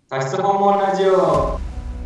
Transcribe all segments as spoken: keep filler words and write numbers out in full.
多室訪問ラジオ。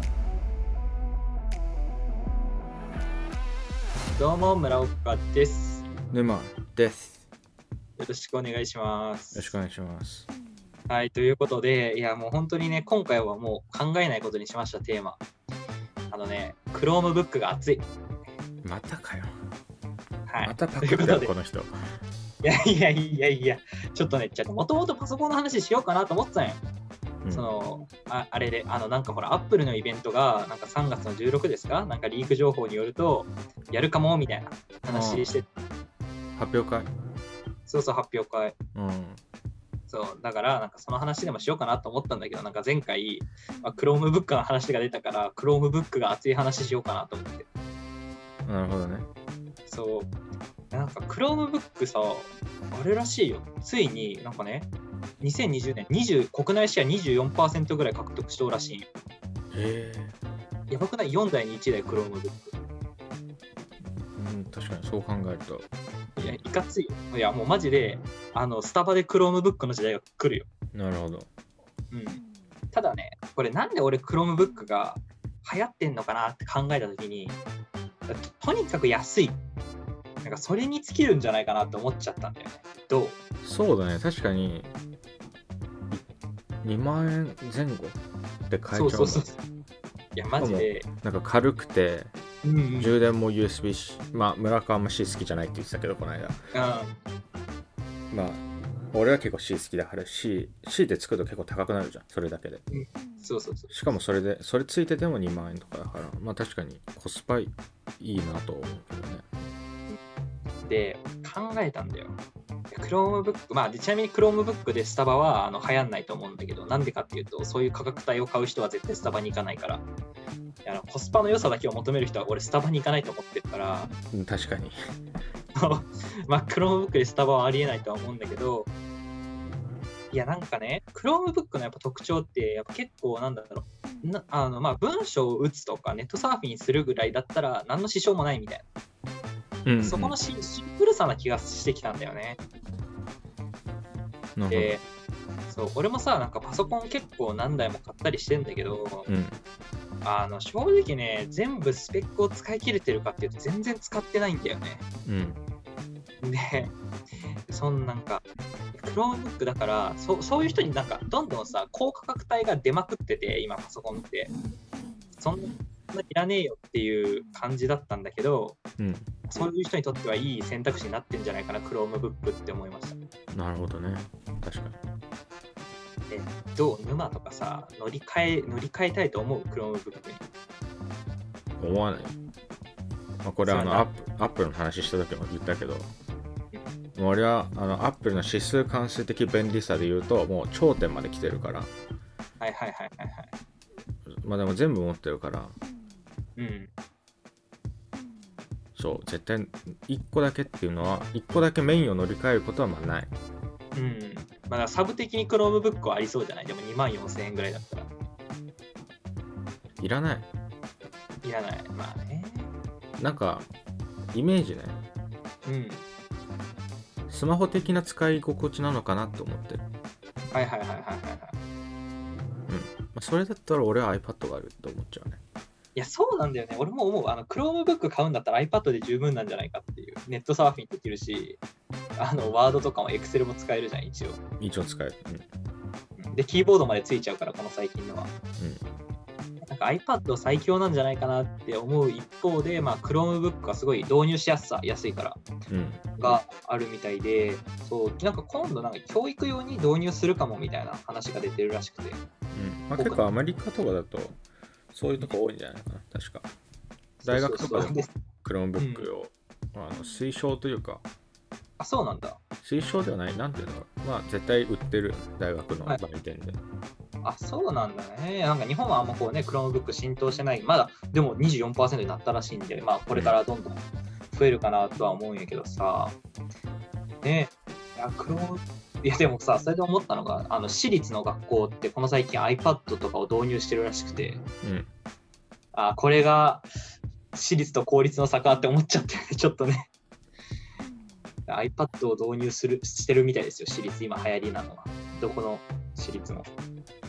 どうも村岡です。 沼です。 よろしくお願いします。 よろしくお願いします。 はい、ということで、いやもう本当にね、今回はもう考えないことにしました。テーマ、あのね、Chromebook が熱い。 またかよ。 はい、 またパクったよこの人。 いやいやいやいや、ちょっとね、ちょっともともとパソコンの話しようかなと思ってたんよ。うん、その あ, あれであのなんかほらアップルのイベントがなんかさんがつのじゅうろくですか、なんかリーク情報によるとやるかもみたいな話して、 発表会。 そうそう、発表会。 うん。 そうだからなんかその話でもしようかなと思ったんだけど、なんか前回、まあ、Chromebook の話が出たから Chromebook が熱い話しようかなと思って。 なるほどね。 そうなんか Chromebook さ、あれらしいよ。ついになんかね、にせんにじゅうねんにじゅう国内シェア にじゅうよんパーセント ぐらい獲得しとうらしいんよ。 へえ。やばくない？ よん 台にいちだい Chromebook。 うん、確かにそう考えると。 いや、いかついよ。いや、もうマジで、あの、スタバで Chromebook の時代が来るよ。 なるほど。 うん。ただね、これなんで俺 Chromebook が流行ってんのかなって考えたときに、と、とにかく安い。なんかそれに尽きるんじゃないかなって思っちゃったんだよね。どう？ そうだね、確かににまんえんぜん後で買えちゃう。 そうそうそう。いや、マジで。 なんか軽くて、 うんうん、 充電も ユーエスビー、まあ村川あんま C 好きじゃないって言ってたけどこの間。 うん、 まあ俺は結構 C 好きだから C, C で作ると結構高くなるじゃん、それだけで。 うん、そうそうそう。 しかもそれでそれついててもにまんえんとかだから、まあ確かにコスパいいなと思うけどね。 で考えたんだよ。Chromebook、まあ、ちなみに Chromebook でスタバはあの流行んないと思うんだけど、なんでかっていうと、そういう価格帯を買う人は絶対スタバに行かないから。あのコスパの良さだけを求める人は俺スタバに行かないと思ってるから、 うん、確かにまあ Chromebook でスタバはありえないとは思うんだけど、いやなんかね Chromebook のやっぱ特徴ってやっぱ結構なんだろうな、あのまあ文章を打つとかネットサーフィンするぐらいだったら何の支障もないみたいな、うんうん、そこのシンプルさな気がしてきたんだよね。で、そう俺もさ、なんかパソコン結構何台も買ったりしてんだけど、うん、あの正直ね、全部スペックを使い切れてるかっていうと全然使ってないんだよね。うん、で、そんなんか Chromebook だからそ、そういう人になんかどんどんさ、高価格帯が出まくってて、今パソコンってそんないらねえよっていう感じだったんだけど、うん、そういう人にとってはいい選択肢になってんじゃないかな Chromebook って思いました。 なるほどね、確かに。 えどう？沼とかさ、乗り換え乗り換えたいと思う Chromebook に？ 思わない。まあ、これはあのアップアップルの話した時も言ったけど、もう俺はあのアップルの指数関数的便利さで言うともう頂点まで来てるから。はいはいはいはいはい。 まあでも全部持ってるから。 うん。 そう絶対いっこだけっていうのはいっこだけメインを乗り換えることはまあない。 うん。まあサブ的に Chromebook はありそうじゃない？でもにまんよんせんえんぐらいだったら。 いらない。 いらない。まあね。 なんかイメージね。うん。スマホ的な使い心地なのかなと思ってる。 はいはいはいはいはいはい。 うん。まあ、それだったら俺は iPad があると思っちゃうね。 いやそうなんだよね。俺も思う。あの Chromebook 買うんだったら iPad で十分なんじゃないかっていう。ネットサーフィンできるし、あのワードとかも Excel も使えるじゃん一応。 一応使える。 うん、でキーボードまでついちゃうからこの最近のは。うん。なんか iPad 最強なんじゃないかなって思う一方で、まあ Chromebook はすごい導入しやすさ、安いから、うん、があるみたいで、そうなんか今度なんか教育用に導入するかもみたいな話が出てるらしくて。 うんまあ、結構アメリカとかだとそういうとこ多いんじゃないかな、確か。大学とかでも Chromebook を、うん、あの推奨というか。 あ、そうなんだ。 推奨ではない、なんていうの、まあ絶対売ってる大学の売店で。 はい、あ、そうなんだね。なんか日本はあんまこうね、Chromebook 浸透してない。まだでも にじゅうよんパーセント になったらしいんで、まあこれからどんどん増えるかなとは思うんやけどさ。ね、いや、Chrome、いやでもさ、それで思ったのが、あの私立の学校ってこの最近 iPad とかを導入してるらしくて、うん、あ、これが私立と公立の差かって思っちゃって、ちょっとね。iPad を導入するしてるみたいですよ、私立今流行りなのは。どこの私立も。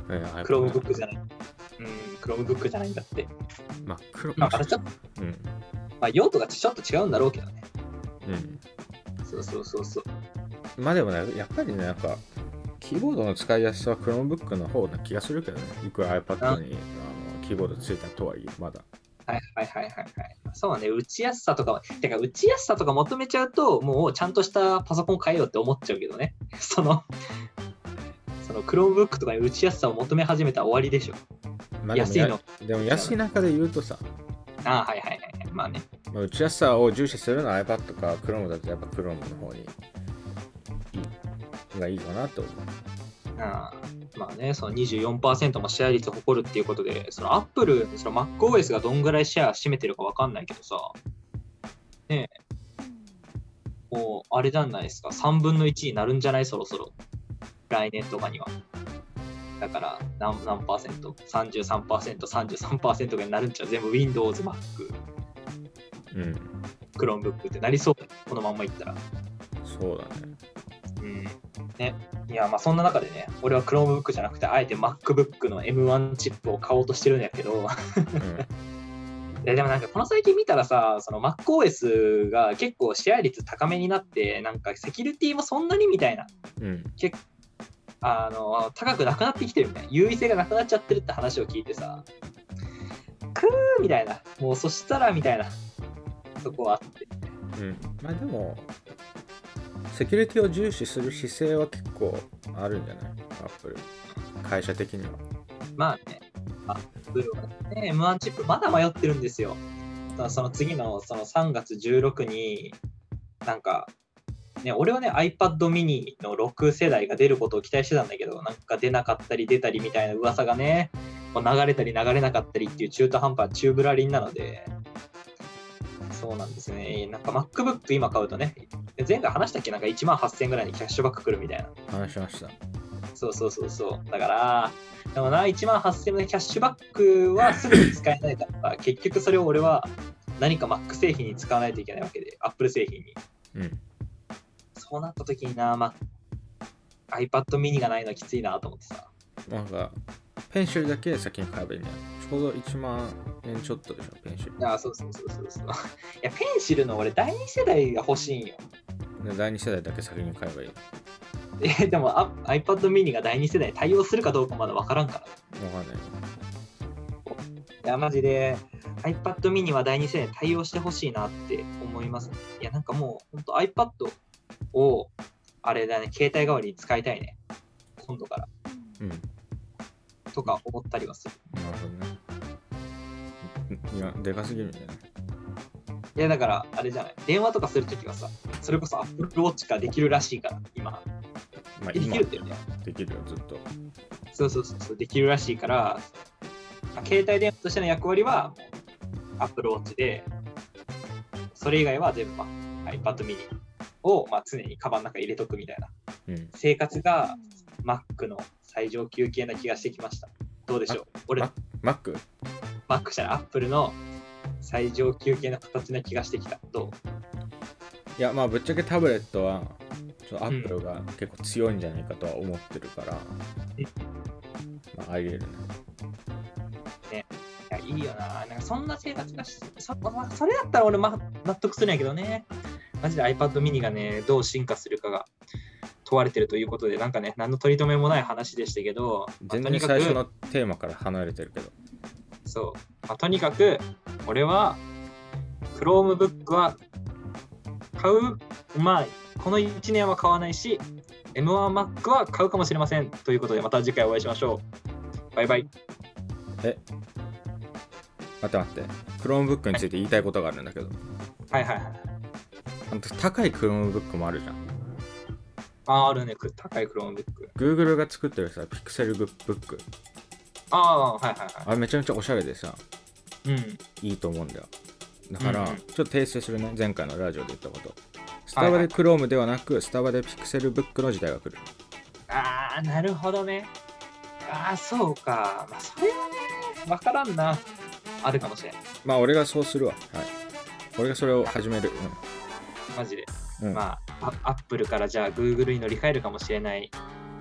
えー、Chromebook じゃない。うん、Chromebook じゃないんだって。 まあ、 まあ、ちょっと、うん、まあ、用途がちょっと違うんだろうけどね。うん。そうそうそうそう。 まあでもね、やっぱりね、なんか、キーボードの使いやすさは Chromebook の方な気がするけどね。いくら iPad にあのキーボードついたとはいえ、まだ。 はいはいはいはいはい。そうね、打ちやすさとか、てか打ちやすさとか求めちゃうと、もうちゃんとしたパソコン買えよって思っちゃうけどね。その、その Chromebook とかに打ちやすさを求め始めたら終わりでしょ。 まあ、安いの。でも安い中で言うとさ。 ああ、はいはいはい。まあね。 まあ、打ちやすさを重視するのは iPad か Chrome だとやっぱ Chrome の方にいいがいいかなと思う。 あまあね、その にじゅうよんパーセント もシェア率誇るっていうことで、その Apple、その MacOS がどんぐらいシェア占めてるかわかんないけどさ、ねえ、もうあれじゃないですか、さんぶんのいちになるんじゃないそろそろ。来年とかには。だから何、何パーセント ?さんじゅうさんパーセント、さんじゅうさんパーセント になるんちゃう全部 Windows、Mac、 うん、 Chromebook ってなりそう。このまんまいったら。 そうだね。 うん。ね。いや、まあそんな中でね、俺は Chromebook じゃなくて、あえて MacBook の エムワン チップを買おうとしてるんやけど、うん、で, でもなんかこの最近見たらさ、その MacOS が結構シェア率高めになって、なんかセキュリティもそんなにみたいな、うん、結あの高くなくなってきてるみたいな、優位性がなくなっちゃってるって話を聞いてさ、くーみたいな、もうそしたらみたいな、そこはあって。 うん、まあでも、セキュリティを重視する姿勢は結構あるんじゃない？アップル。会社的には。 まあね、アップルはね、エムワン チップまだ迷ってるんですよ。その次のそのさんがつじゅうろくに、なんか、ね、俺はね、iPad mini のろく世代が出ることを期待してたんだけど、なんか出なかったり出たりみたいな噂がね、流れたり流れなかったりっていう中途半端なチューブラリンなので、そうなんですね。なんか MacBook 今買うとね、前回話したっけなんかいちまんはっせんえんぐらいにキャッシュバック来るみたいな。 話しました。 そうそうそうそう。だから、でもな、いちまんはっせんえんのキャッシュバックはすぐに使えないから、結局それを俺は何か Mac 製品に使わないといけないわけで、Apple 製品に。うん。そうなった時にな、まあ、iPad mini がないのはきついなと思ってさ。 なんか、ペンシルだけ先に買えばいいんだよ。ちょうどいちまんえんちょっとでしょ、ペンシル。 ああ、そうそうそうそうそう。いや、ペンシルの俺、だいに世代が欲しいんよ。 だいに世代だけ先に買えばいい。 えでもあ iPad mini がだいに世代に対応するかどうかまだ分からんから。 分かんない。 いや、マジで iPad mini はだいに世代に対応してほしいなって思います。いや、なんかもう、ほんと iPad を、あれだね、携帯代わりに使いたいね。今度から。うん。とか思ったりはする。 なるほどね。いや、でかすぎるんじゃない？ いや、だから、あれじゃない。電話とかするときはさ、それこそ Apple Watch ができるらしいから、今。まあ、できるってよね。 できるよ、ずっと。 そうそうそう、できるらしいから、携帯電話としての役割は Apple Watch で、それ以外は全部、まあ、iPad mini を、まあ、常にカバンの中に入れとくみたいな、うん、生活が Mac の最上級系な気がしてきました。どうでしょう？俺、 Mac？ Mac じゃない、Apple の最上級系な形な気がしてきた。どう？ いや、まあ、ぶっちゃけタブレットは、ちょっと Apple が結構強いんじゃないかとは思ってるから、うん、まあ、あり得るね。 ね。いや、いいよな。なんかそんな生活がし、そ, それだったら俺、ま、納得するんやけどね。マジで iPad mini がね、どう進化するかが問われてるということで、なんかね、何の取り留めもない話でしたけど、 全然最初のテーマから離れてるけど。 そう。まあ、とにかく、俺は、Chromebook は買う、まあ、このいちねんは買わないし、エムワン Mac は買うかもしれません。ということで、また次回お会いしましょう。バイバイ。 え待って待って。Chromebook について言いたいことがあるんだけど。 はいはいはい。 あの高い Chromebook もあるじゃん。 あ、あるね。高い Chromebook。 Google が作ってるさ、Pixel Book。 ああ、はいはいはい。 あれめちゃめちゃおしゃれでさ、うん、いいと思うんだよ。だから、うんうん、ちょっと訂正するね。前回のラジオで言ったこと。スタバで Chrome ではなく、はいはい、スタバで Pixel Book の時代が来る。 ああ、なるほどね。ああ、そうか。まあ、それはね、わからんな。あるかもしれん。 まあ、俺がそうするわ。はい。俺がそれを始める。うん、 マジで。うん、まあ、アップルからじゃあ Google に乗り換えるかもしれない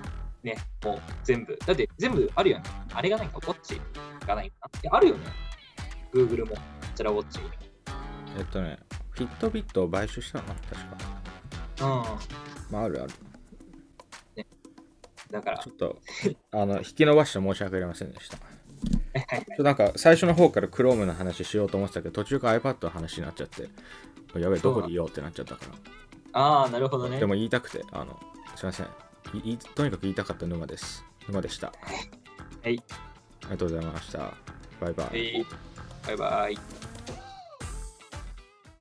ね、もう全部。だって全部あるよね。あれがないか、ウォッチがないかな。いやあるよね。Google も、こちらウォッチ。 えっとね、フィットビットを買収したの確か。 うん。 まあ、あるある。 ね。だから。 ちょっと、あの、引き伸ばして申し訳ありませんでした。なんか最初の方から Chrome の話しようと思ってたけど、途中から iPad の話になっちゃって、やべえ、どこで言おうってなっちゃったから。 ああ、なるほどね。 でも言いたくて、あの、すいません。いとにかく言いたかった沼です。沼でした。 はい。 ありがとうございました。バイバイ。 はい、バイバイ。